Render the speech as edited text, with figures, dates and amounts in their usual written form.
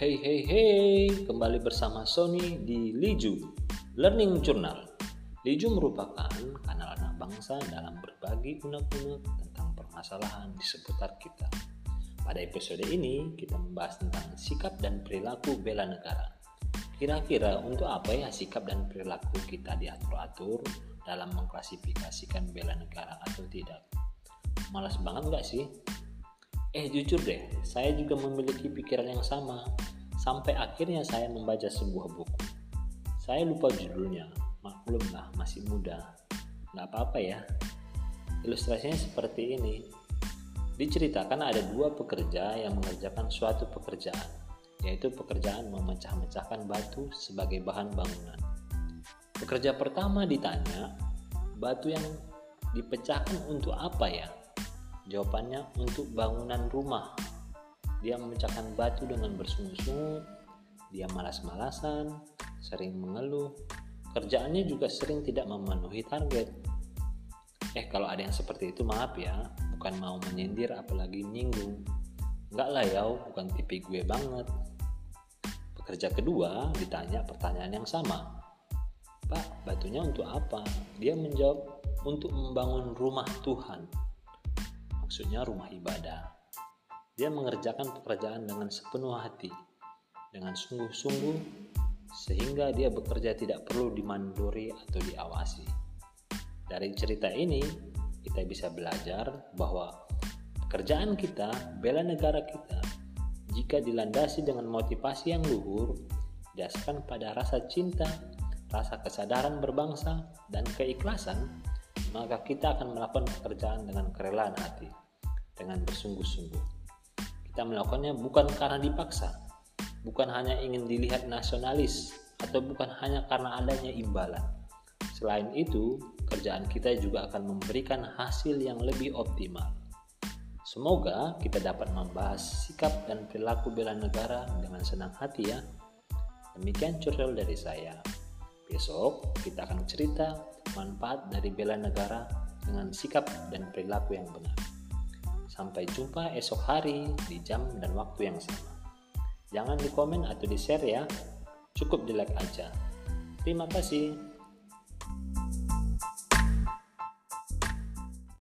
Hey hey hey, kembali bersama Sony di Liju Learning Journal. Liju merupakan kanal anak bangsa dalam berbagi unek-unek tentang permasalahan di seputar kita. Pada episode ini kita membahas tentang sikap dan perilaku bela negara. Kira-kira untuk apa ya sikap dan perilaku kita diatur-atur dalam mengklasifikasikan bela negara atau tidak? Malas banget gak sih? Jujur deh, saya juga memiliki pikiran yang sama. Sampai akhirnya saya membaca sebuah buku. Saya lupa judulnya, maklum lah masih muda. Gak apa-apa ya. Ilustrasinya seperti ini. Diceritakan ada dua pekerja yang mengerjakan suatu pekerjaan, yaitu pekerjaan memecah-mecahkan batu sebagai bahan bangunan. Pekerja pertama ditanya, batu yang dipecahkan untuk apa ya? Jawabannya untuk bangunan rumah. Dia memecahkan batu dengan bersungut-sungut. Dia malas-malasan, sering mengeluh. Kerjaannya juga sering tidak memenuhi target. Kalau ada yang seperti itu maaf ya, bukan mau menyindir apalagi menyinggung. Enggak lah ya, bukan tipe gue banget. Pekerja kedua ditanya pertanyaan yang sama. Pak, batunya untuk apa? Dia menjawab, untuk membangun rumah Tuhan. Maksudnya rumah ibadah. Dia mengerjakan pekerjaan dengan sepenuh hati, dengan sungguh-sungguh, sehingga dia bekerja tidak perlu dimandori atau diawasi. Dari cerita ini, kita bisa belajar bahwa pekerjaan kita, bela negara kita, jika dilandasi dengan motivasi yang luhur, didasarkan pada rasa cinta, rasa kesadaran berbangsa, dan keikhlasan, maka kita akan melakukan pekerjaan dengan kerelaan hati, dengan bersungguh-sungguh. Kita melakukannya bukan karena dipaksa, bukan hanya ingin dilihat nasionalis, atau bukan hanya karena adanya imbalan. Selain itu, kerjaan kita juga akan memberikan hasil yang lebih optimal. Semoga kita dapat membahas sikap dan perilaku bela negara dengan senang hati ya. Demikian tutorial dari saya. Besok kita akan cerita manfaat dari bela negara dengan sikap dan perilaku yang benar. Sampai jumpa esok hari di jam dan waktu yang sama. Jangan di komen atau di share ya, cukup di like aja. Terima kasih.